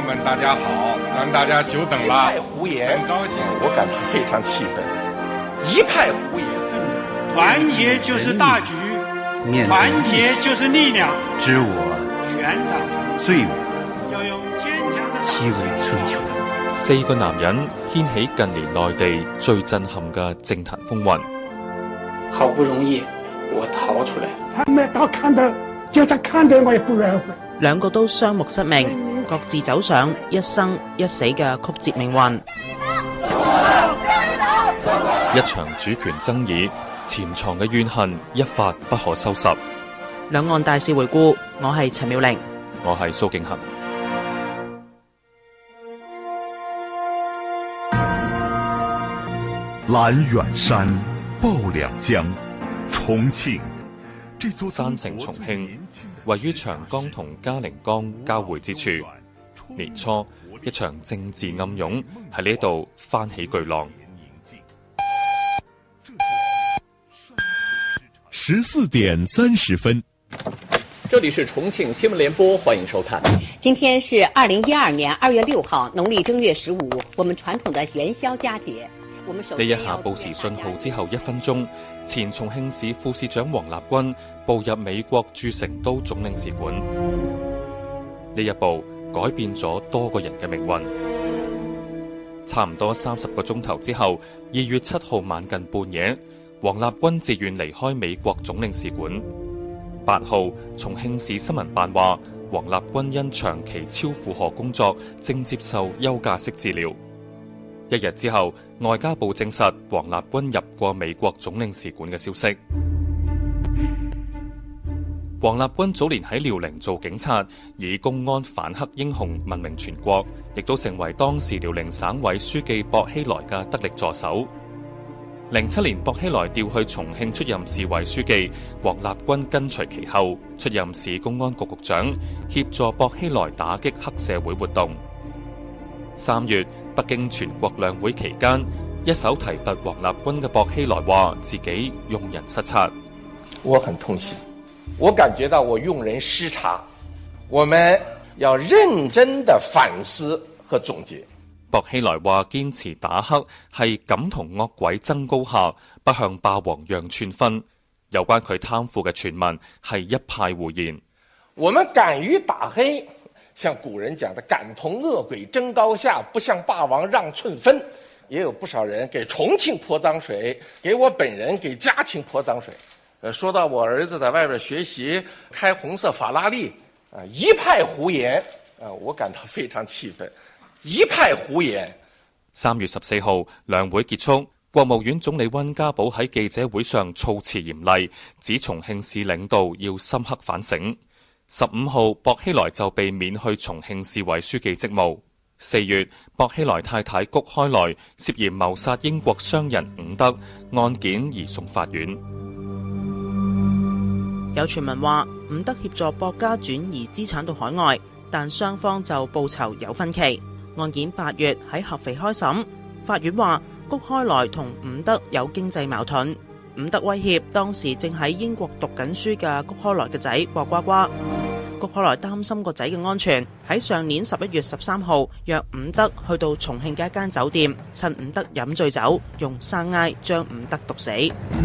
们大家好，让大家久等了。 一派胡言， 很高兴， 我感到非常气愤。一派胡言， 团结就是大局，团结就是力量。 知我全党罪我， 要用堅強的其為春秋。 4個男人掀起近年內地最震撼嘅政壇風雲。 好不容易我逃出來， 他們到看到，就算看到我也不願意。 兩個都雙目失明，各自走上一生一死嘅曲折命運。 一場主權爭議，潛藏嘅怨恨一發不可收拾。 兩岸大事回顧，我係陳妙玲， 我係蘇敬恒。 藍遠山，抱兩江，重慶。 山城重慶位於長江同嘉陵江交匯之處。年初，一場政治暗湧喺呢度翻起巨浪。 14點30分， 這裡是重慶新聞聯播，歡迎收看。 今天是2012年2月6號，農曆正月15，我們傳統的元宵佳節。 呢一下報時信號之後1分鐘，前重慶市副市長王立軍步入美國駐成都總領事館。呢一步改變咗多個人嘅命運。差唔多30個鐘頭之後，2月7號晚近半夜，王立軍自願離開美國總領事館。8號，重慶市新聞辦話，王立軍因長期超負荷工作，正接受休假式治療。1日之後，外交部證實王立軍入過美國總領事館嘅消息。王立軍早年喺遼寧做警察，以公安反黑英雄聞名全國，亦都成為當時遼寧省委書記薄熙來嘅得力助手。07年薄熙來調去重慶出任市委書記，王立軍跟隨其後出任市公安局局長，協助薄熙來打擊黑社會活動。3月，北京全國兩會期間，一手提拔王立軍嘅薄熙來話自己用人失策。 我很痛心，我感覺到我用人失察，我們要認真的反思和總結。 薄熙來話堅持打黑係敢同惡鬼爭高下，不向霸王讓寸分。有關佢貪腐嘅傳聞係一派胡言。 我們敢於打黑，像古人講的敢同惡鬼爭高下，不向霸王讓寸分。也有不少人給重慶潑髒水，給我本人給家庭潑髒水。說到我兒子在外邊學習開紅色法拉利，一派胡言，我感到非常氣憤。一派胡言。 3月14號，兩會結束，國務院總理溫家寶喺記者會上措辭嚴厲，指重慶市領導要深刻反省。15號，薄熙來就被免去重慶市委書記職務。4月，薄熙來太太谷開來涉嫌謀殺英國商人伍德，案件移送法院。 有傳聞話伍德協助薄家轉移資產到海外，但雙方就報酬有分歧。案件8月喺合肥開審，法院話谷開來同伍德有經濟矛盾，伍德威脅當時正喺英國讀緊書嘅谷開來嘅仔薄瓜瓜。谷開來擔心個仔嘅安全，喺上年11月13號約伍德去到重慶嘅一間酒店，趁伍德飲醉酒，用生挨將伍德毒死。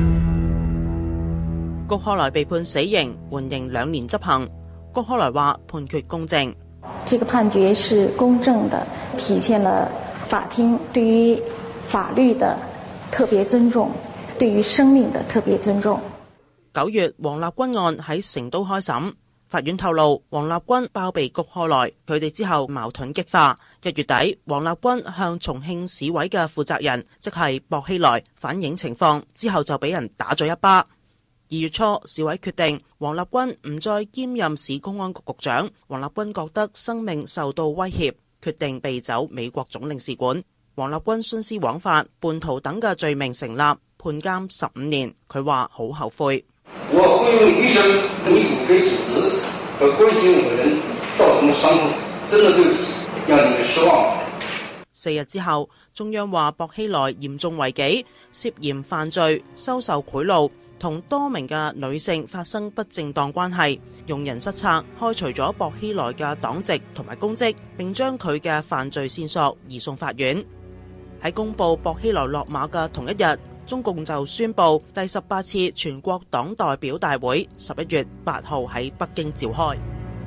谷開來被判死刑，緩刑2年執行。谷開來話判決公正。 這個判決是公正的，體現了法庭對於法律的特別尊重，對於生命的特別尊重。 9月，王立軍案喺成都開審，法院透露王立軍包庇谷開來，佢哋之後矛盾激化。1月底，王立軍向重慶市委嘅負責人，即係薄熙來反映情況，之後就俾人打咗一巴。2月初，市委決定王立軍唔再兼任市公安局局長。王立軍覺得生命受到威脅，決定避走美國總領事館。王立軍徇私枉法、叛徒等嘅罪名成立，判監15年。佢話好後悔。 我會用餘生彌補給組織和關心我的人造成的傷痛，真的對不起，讓你們失望。 4日之後，中央話薄熙來嚴重違紀，涉嫌犯罪、收受賄賂同多名嘅女性發生不正當關係，用人失策開除咗薄熙來嘅黨籍同埋公職，並將佢嘅犯罪線索移送法院。喺公布薄熙來落馬嘅同一日，中共就宣布第18次全國黨代表大會11月8號喺北京召開。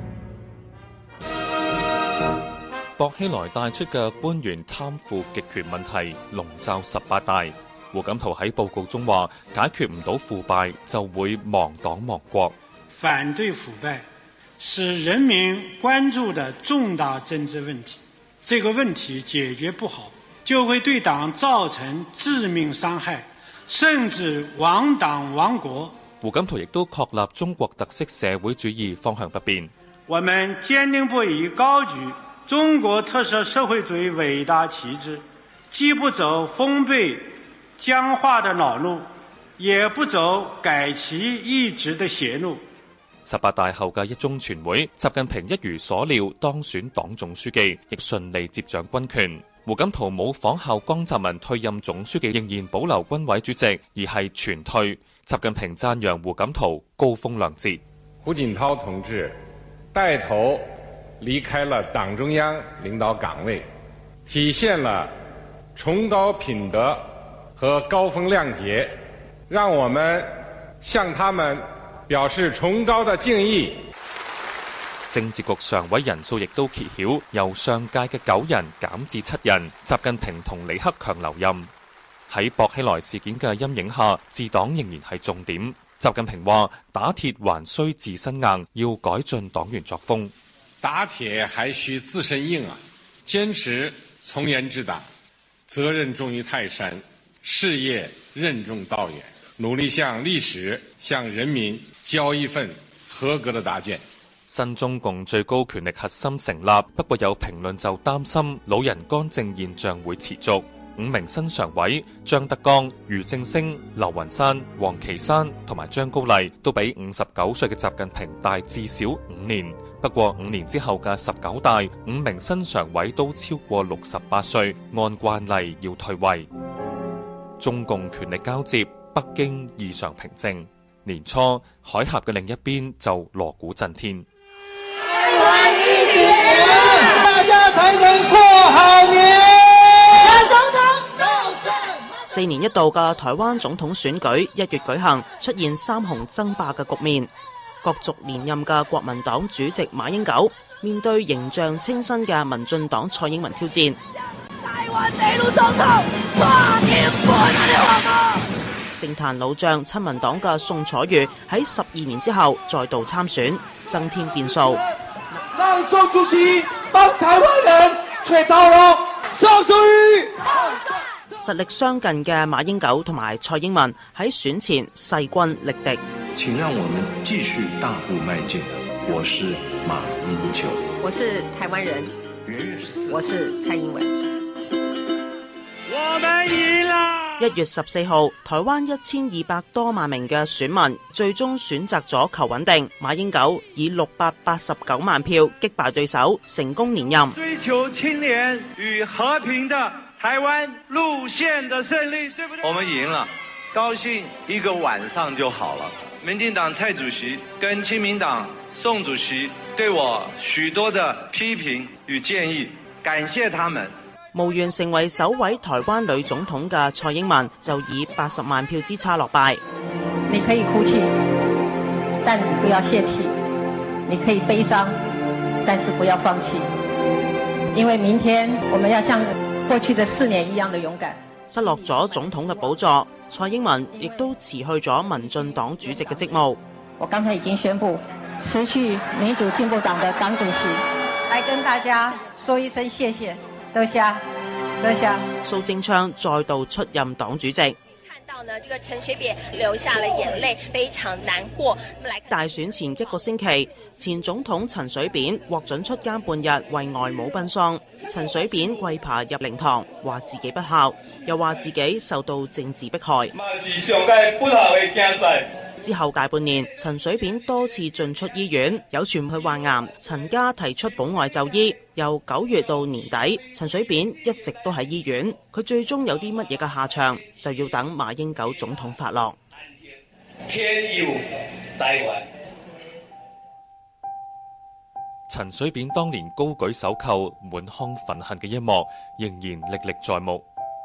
薄熙來帶出嘅官員貪腐極權問題籠罩18大。胡錦濤喺報告中話：解決唔到腐敗，就會亡黨亡國。 反對腐敗是人民關注的重大政治問題，這個問題解決不好，就會對黨造成致命傷害，甚至亡黨亡國。 胡錦濤亦都確立中國特色社會主義方向不變。 我們堅定不移高舉中國特色社會主義偉大旗幟，既不走封閉僵化的老路，也不走改旗易幟的邪路。 18大後嘅一中全會，習近平一如所料當選黨總書記，亦順利接掌軍權。胡錦濤冇仿效江澤民退任總書記，仍然保留軍委主席，而係全退。習近平讚揚胡錦濤高風亮節。 胡錦濤同志帶頭離開了黨中央領導崗位，體現了崇高品德和高風亮節，讓我們向他們表示崇高的敬意。 政治局常委人數亦都揭曉，由上屆嘅9人減至7人。習近平同李克強留任。喺薄熙來事件嘅陰影下，治黨仍然係重點。習近平話：打鐵還需自身硬，要改進黨員作風。 打鐵還需自身硬啊！堅持從嚴治黨，責任重於泰山，事業任重道遠，努力向歷史、向人民交一份合格的答卷。 新中共最高權力核心成立，不過有評論就擔心老人乾政現象會持續。5名新常委張德江、俞正聲、劉雲山、王岐山同埋張高麗都比59歲嘅習近平大至少5年。不過5年之後嘅19大，5名新常委都超過68歲，按慣例要退位。中共權力交接，北京異常平靜。年初，海峽嘅另一邊就鑼鼓震天。 大家才能過好年。 4年一度嘅台灣總統選舉1月舉行，出現三雄爭霸嘅局面。角逐連任嘅國民黨主席馬英九面對形象清新嘅民進黨蔡英文挑戰。 台灣第六總統蔡英文， 政壇老將親民黨嘅宋楚瑜喺12年之後再度參選，增添變數。 讓宋主席幫台灣人吹到了宋楚瑜。 實力相近嘅馬英九同埋蔡英文喺選前勢均力敵。 請讓我們繼續大步邁進。我是馬英九， 我是台灣人，我是蔡英文。 我們贏啦 ！1月14號，台灣1200多萬名嘅選民最終選擇咗求穩定，馬英九以689萬票擊敗對手，成功連任。 追求清廉與和平的台灣路線的勝利，對不對？ 我們贏了，高興一個晚上就好了。民進黨蔡主席跟親民黨宋主席對我許多的批評與建議，感謝他們。 無緣成為首位台灣女總統嘅蔡英文就以80萬票之差落敗。 你可以哭泣，但你不要洩氣；你可以悲傷，但是不要放棄。因為明天我們要像過去的4年一樣的勇敢。 失落咗總統嘅寶座，蔡英文亦都辭去咗民進黨主席嘅職務。 我剛才已經宣布辭去民主進步黨的黨主席，來跟大家說一聲謝謝，多謝，多謝。 蘇貞昌再度出任黨主席。 看到呢，這個陳水扁流下了眼淚，非常難過。 大選前1個星期，前總統陳水扁獲准出監半日為外母奔喪。陳水扁跪爬入靈堂，話自己不孝，又話自己受到政治迫害。之後大半年，陳水扁多次進出醫院，有傳佢患癌，陳家提出保外就醫。由9月到年底，陳水扁一直都喺醫院。佢最終有啲乜嘢嘅下場，就要等馬英九總統發落。 天佑台灣。 陳水扁當年高舉手扣、滿腔憤恨嘅一幕，仍然歷歷在目。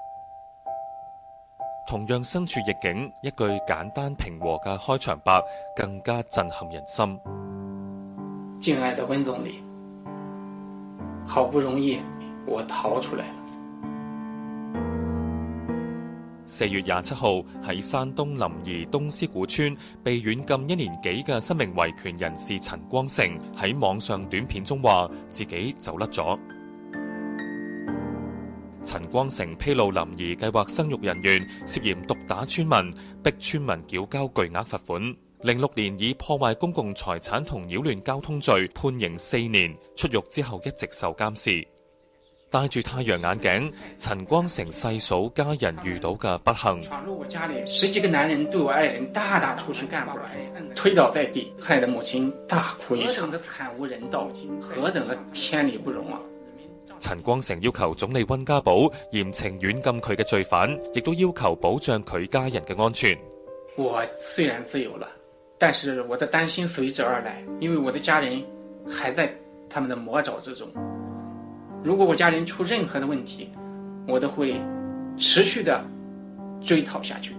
同樣身處逆境，一句簡單平和嘅開場白更加震撼人心。 敬愛的溫總理，好不容易我逃出來了。 4月27號喺山東臨沂東司古村被軟禁1年幾嘅新明維權人士陳光誠喺網上短片中話自己走甩咗。陳光誠披露臨沂計劃生育人員涉嫌毒打村民，逼村民繳交巨額罰款。06年以破壞公共財產同擾亂交通罪判刑4年，出獄之後一直受監視。戴住太陽眼鏡，陳光誠細數家人遇到嘅不幸。 闖入我家裏，10幾個男人對我愛人大打出手，幹過來，推倒在地，害得母親大哭一場。何等的慘無人道，何等的天理不容啊！ 陳光誠要求總理溫家寶嚴懲軟禁佢嘅罪犯，亦都要求保障佢家人嘅安全。 我雖然自由了，但是我的擔心隨之而來，因為我的家人還在他們的魔爪之中。如果我家人出任何的問題，我都會持續的追討下去。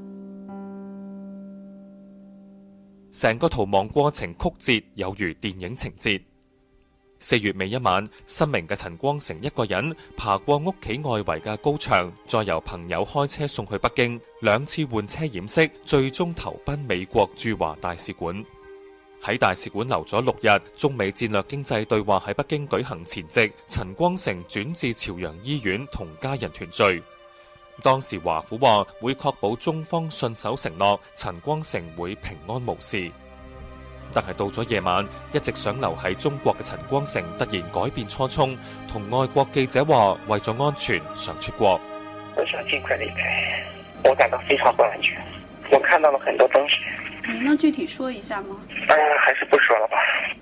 成個逃亡過程曲折，有如電影情節。4月尾一晚，失明嘅陳光誠一個人爬過屋企外圍嘅高牆，再由朋友開車送去北京，2次換車掩飾，最終投奔美國駐華大使館。喺大使館留咗6日，中美戰略經濟對話喺北京舉行前夕，陳光誠轉至朝陽醫院同家人團聚。當時華府話會確保中方信守承諾，陳光誠會平安無事。但係到咗夜晚，一直想留喺中國嘅陳光誠突然改變初衷，同外國記者話為咗安全想出國。 我想盡快離開，我感到非常不安全，我看到了很多東西。 你能具體說一下嗎？ 還是不說了吧。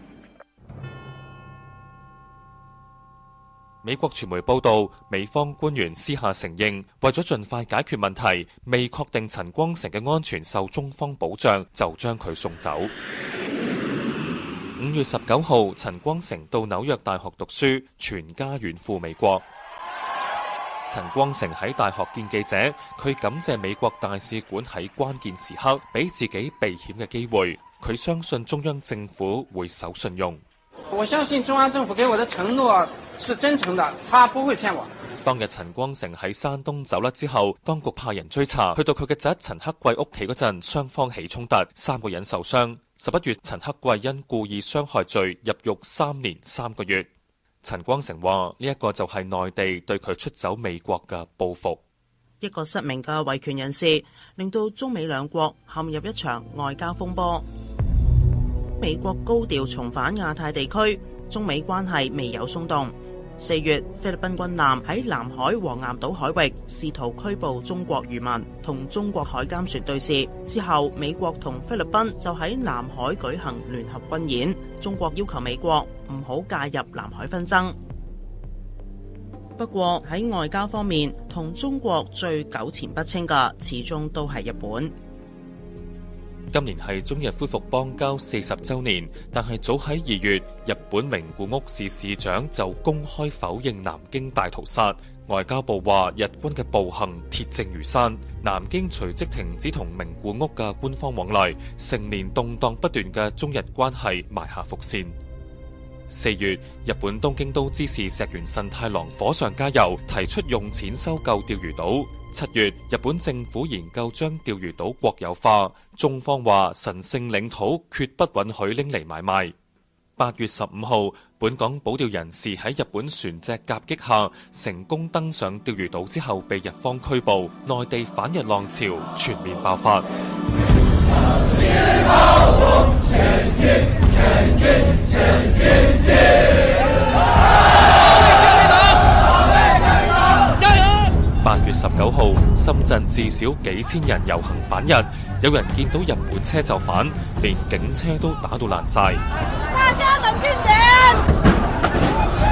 美國傳媒報道，美方官員私下承認，為咗盡快解決問題，未確定陳光誠嘅安全受中方保障，就將佢送走。5月19號，陳光誠到紐約大學讀書，全家遠赴美國。陳光誠喺大學見記者，佢感謝美國大使館喺關鍵時刻俾自己避險嘅機會。佢相信中央政府會守信用。 我相信中央政府給我的承諾是真誠的，他不會騙我。 當日陳光誠喺山東走甩之後，當局派人追查，去到佢嘅侄陳克貴屋企嗰陣，雙方起衝突，3個人受傷。11月，陳克貴因故意傷害罪入獄3年3個月。陳光誠話：呢一個就係內地對佢出走美國嘅報復。 一個失明嘅維權人士，令到中美兩國陷入一場外交風波。美國高調重返亞太地區，中美關係未有鬆動。4月，菲律賓軍艦喺南海黃岩島海域試圖拘捕中國漁民，同中國海監船對峙。之後，美國同菲律賓就喺南海舉行聯合軍演。中國要求美國唔好介入南海紛爭。不過喺外交方面，同中國最糾纏不清嘅始終都係日本。 今年係中日恢復邦交40週年，但係早喺2月，日本名古屋市市長就公開否認南京大屠殺。外交部話日軍嘅暴行鐵證如山，南京隨即停止同名古屋嘅官方往來，成年動盪不斷嘅中日關係埋下伏線。4月，日本東京都知事石原慎太郎火上加油，提出用錢收購釣魚島。7月，日本政府研究將釣魚島國有化，中方話神聖領土決不允許拎嚟買賣。8月15號，本港保釣人士喺日本船隻夾擊下成功登上釣魚島之後被日方拘捕，內地反日浪潮全面爆發。8月19號，深圳至少幾千人遊行反日，有人見到日本車就反，連警車都打到爛晒。 大家冷靜點！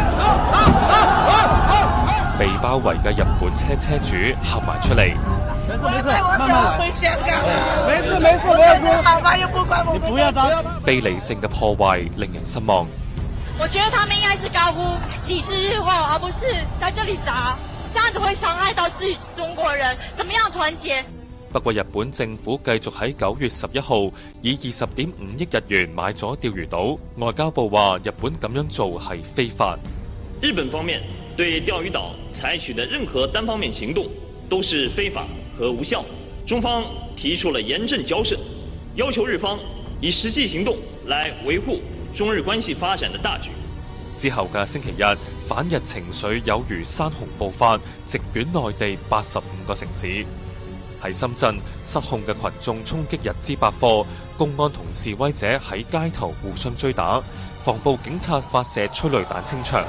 被包圍嘅日本車車主喊埋出嚟。 没事，慢慢来。 回香港。 没事，我要哭。 好吧，又不管我们。 你不要着急。 非理性嘅破壞令人失望。 我覺得他們應該是高呼抵制日貨，而不是在這裡砸，這樣子會傷害到自己中國人。怎麼樣團結？ 不過日本政府繼續喺9月11號以20.5億日元買咗釣魚島。外交部話日本咁樣做係非法。 日本方面對釣魚島採取的任何單方面行動都是非法和無效。中方提出了嚴正交涉，要求日方以實際行動來維護中日關係發展的大局。 之後嘅星期日，反日情緒有如山洪暴發，席捲內地85個城市。喺深圳，失控嘅群眾衝擊日資百貨，公安同示威者喺街頭互相追打，防暴警察發射催淚彈清場。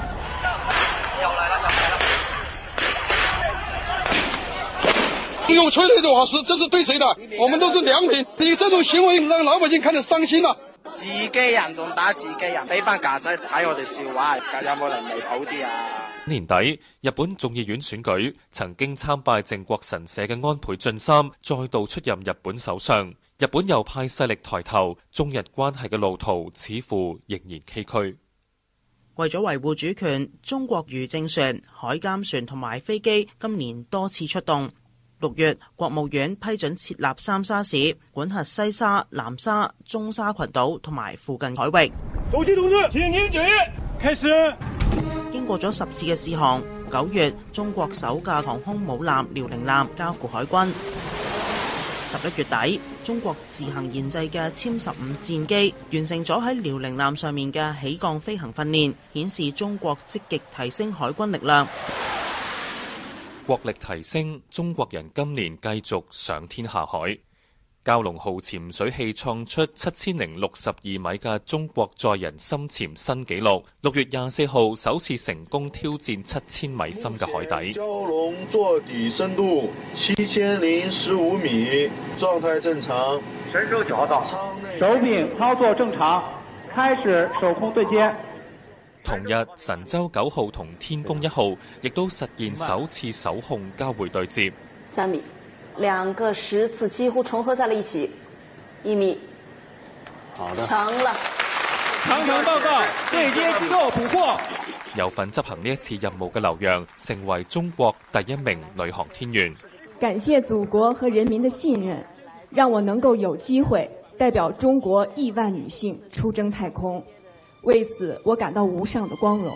用催淚的話是，這是對誰的？我們都是良民，你這種行為讓老百姓看得傷心啦。 自己人仲打自己人，俾班架仔睇我哋笑話，有冇人離譜啲啊？ 年底，日本眾議院選舉，曾經參拜靖國神社嘅安倍晉三再度出任日本首相。日本右派勢力抬頭，中日關係嘅路途似乎仍然崎嶇。 為咗維護主權，中國漁政船、海監船同埋飛機今年多次出動。6月，國務院批准設立三沙市，管轄西沙、南沙、中沙群島同埋附近海域。 首席同志，請聽決議，開始。 經過咗10次嘅試航，9月中國首架航空母艦遼寧艦交付海軍。11月底，中國自行研製嘅殲15戰機完成咗喺遼寧艦上面嘅起降飛行訓練，顯示中國積極提升海軍力量。 國力提升，中國人今年繼續上天下海。蛟龍號潛水器創出7062米嘅中國載人深潛新紀錄，6月24號首次成功挑戰7000米深嘅海底。 蛟龍座底深度7015米，狀態正常，神舟找到， 手柄操作正常，開始手控對接。 同日，神舟9號同天宮1號亦都實現首次手控交會對接。 3米，2個10次幾乎重合在了一起，1米。 好的， 成了。 長程報告，對接機構捕獲。 有份執行呢一次任務嘅劉洋，成為中國第1名女航天員。 感謝祖國和人民的信任，讓我能夠有機會代表中國億萬女性出征太空。為此，我感到無上的光榮。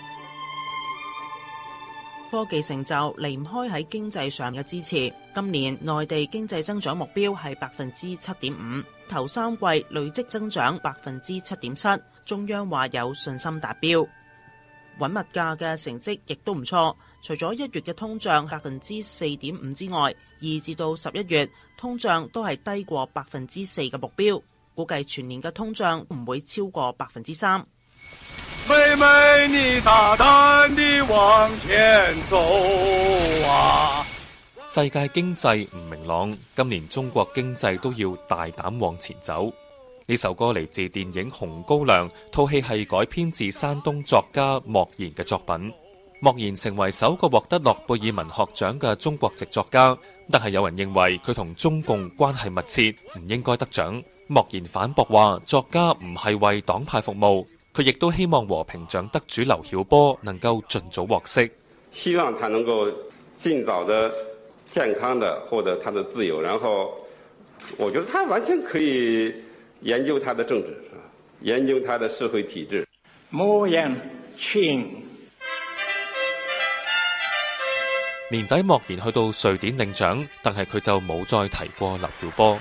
科技成就離唔開喺經濟上嘅支持。今年內地經濟增長目標係7.5%，頭3季累積增長7.7%。中央話有信心達標。穩物價嘅成績亦都唔錯，除咗1月嘅通脹4.5%之外，2至到11月通脹都係低過4%嘅目標。估計全年嘅通脹唔會超過3%。 妹妹，你大膽地往前走啊！ 世界經濟唔明朗，今年中國經濟都要大膽往前走。呢首歌嚟自電影《紅高粱》，套戲係改編自山東作家莫言嘅作品。莫言成為首個獲得諾貝爾文學獎嘅中國籍作家，但係有人認為佢同中共關係密切，唔應該得獎。莫言反駁話，作家唔係為黨派服務，佢亦都希望和平獎得主劉曉波能夠盡早獲釋。 希望他能夠盡早的健康的獲得他的自由，然後我覺得他完全可以研究他的政治，研究他的社會體制。 莫言請。 年底莫言去到瑞典領獎，但係佢就冇再提過劉曉波。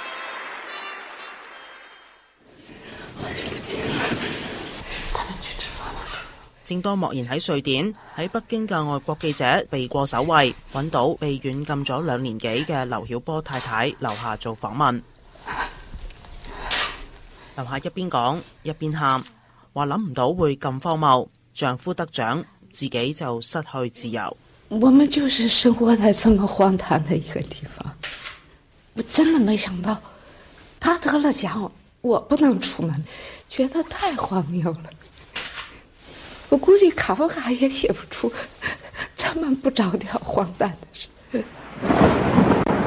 正當莫言喺瑞典，喺北京嘅外國記者避過守衛，揾到被軟禁咗2年幾嘅劉曉波太太留下做訪問。劉夏一邊講一邊喊，話諗唔到會咁荒謬，丈夫得獎，自己就失去自由。 我們就是生活在這麼荒誕的一個地方，我真的沒想到，他得了獎，我不能出門，覺得太荒謬了。我估計卡夫卡也寫不出這麼不着調荒誕的事。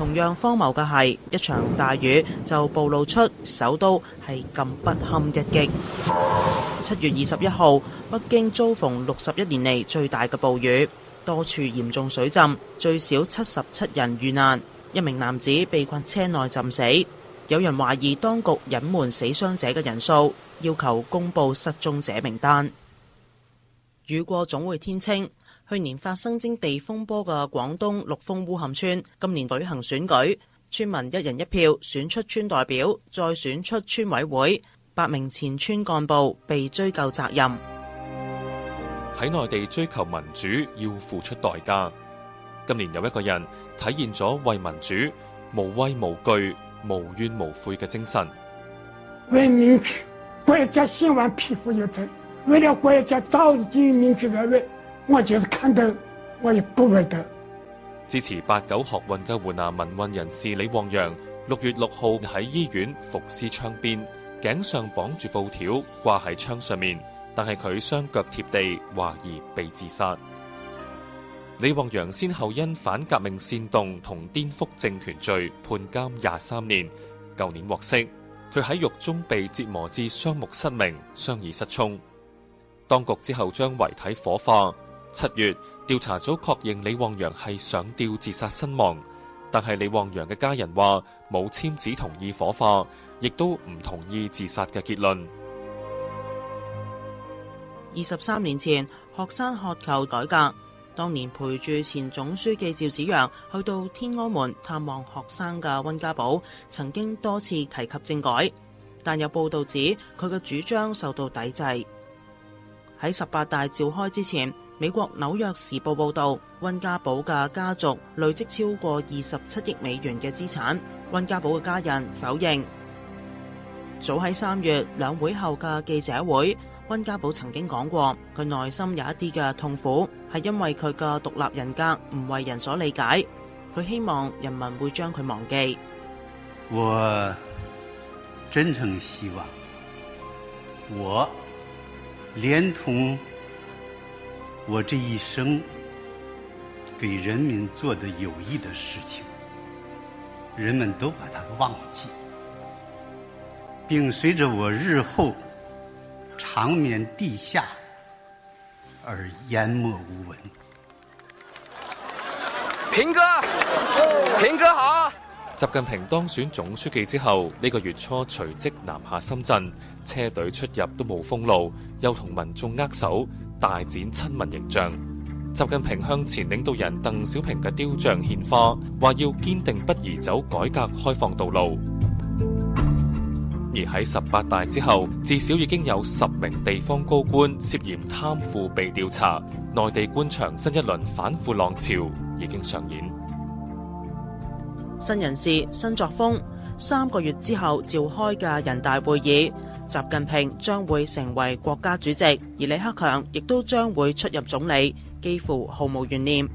同樣荒謬嘅係，一場大雨就暴露出首都係咁不堪一擊。7月21號，北京遭逢61年嚟最大嘅暴雨，多處嚴重水浸，最少77人遇難，一名男子被困車內浸死。有人懷疑當局隱瞞死傷者嘅人數，要求公佈失蹤者名單。雨過總會天晴。去年發生徵地風波嘅廣東陸豐烏坎村，今年舉行選舉，村民一人一票選出村代表，再選出村委會，8名前村幹部被追究責任。 喺內地追求民主要付出代價。今年有一個人體現咗為民主無畏無懼、無怨無悔嘅精神。 為民主，國家希望匹夫有責，為了國家早日進入民主社會，我就是看到我也不為得。 支持89學運嘅湖南民運人士李旺陽，6月6號喺醫院伏屍窗邊，頸上綁住布條掛喺窗上面，但係佢雙腳貼地，懷疑被自殺。李旺陽先後因反革命煽動同顛覆政權罪判監23年，舊年獲釋。佢喺獄中被折磨至雙目失明，雙耳失聰。當局之後將遺體火化。7月，調查組確認李旺陽係上吊自殺身亡，但係李旺陽嘅家人話冇簽紙同意火化，亦都唔同意自殺嘅結論。 23年前，學生渴求改革，當年陪住前總書記趙紫陽去到天安門探望學生嘅溫家寶，曾經多次提及政改，但有報道指佢嘅主張受到抵制。喺18大召開之前，美國紐約時報報道，溫家寶嘅家族累積超過27億美元嘅資產。溫家寶嘅家人否認。早喺3月兩會後嘅記者會，溫家寶曾經講過，佢內心有一啲嘅痛苦，係因為佢嘅獨立人格唔為人所理解。佢希望人民會將佢忘記。 我真誠希望，我連同我這一生給人民做的有益的事情，人們都把它忘記，並隨着我日後長眠地下而淹沒無聞。 平哥，平哥好！ 習近平當選總書記之後，呢個月初隨即南下深圳，車隊出入都冇封路，又同民眾握手，大展親民形象。習近平向前領導人鄧小平嘅雕像獻花，話要堅定不移走改革開放道路。而喺18大之後，至少已經有10名地方高官涉嫌貪腐被調查，內地官場新一輪反腐浪潮已經上演。 新人事、新作風，3個月之後召開嘅人大會議，習近平將會成為國家主席，而李克強亦都將會出任總理，幾乎毫無懸念。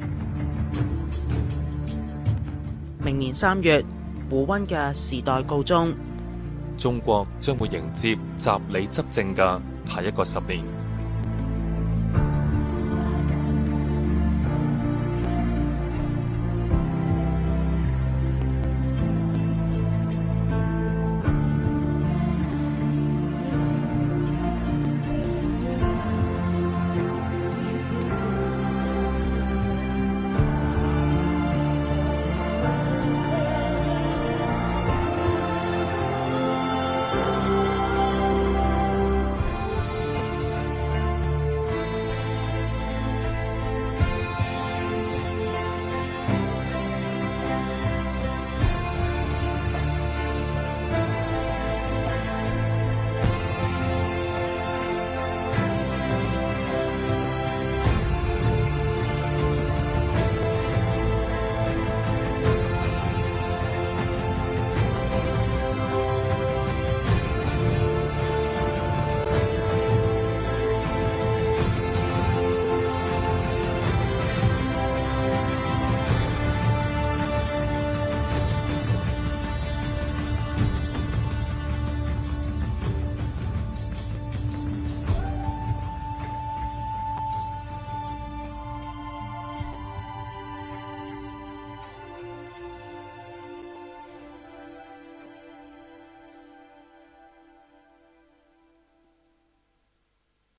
明年3月，胡溫嘅時代告終， 中國將會迎接習李執政嘅下一個10年。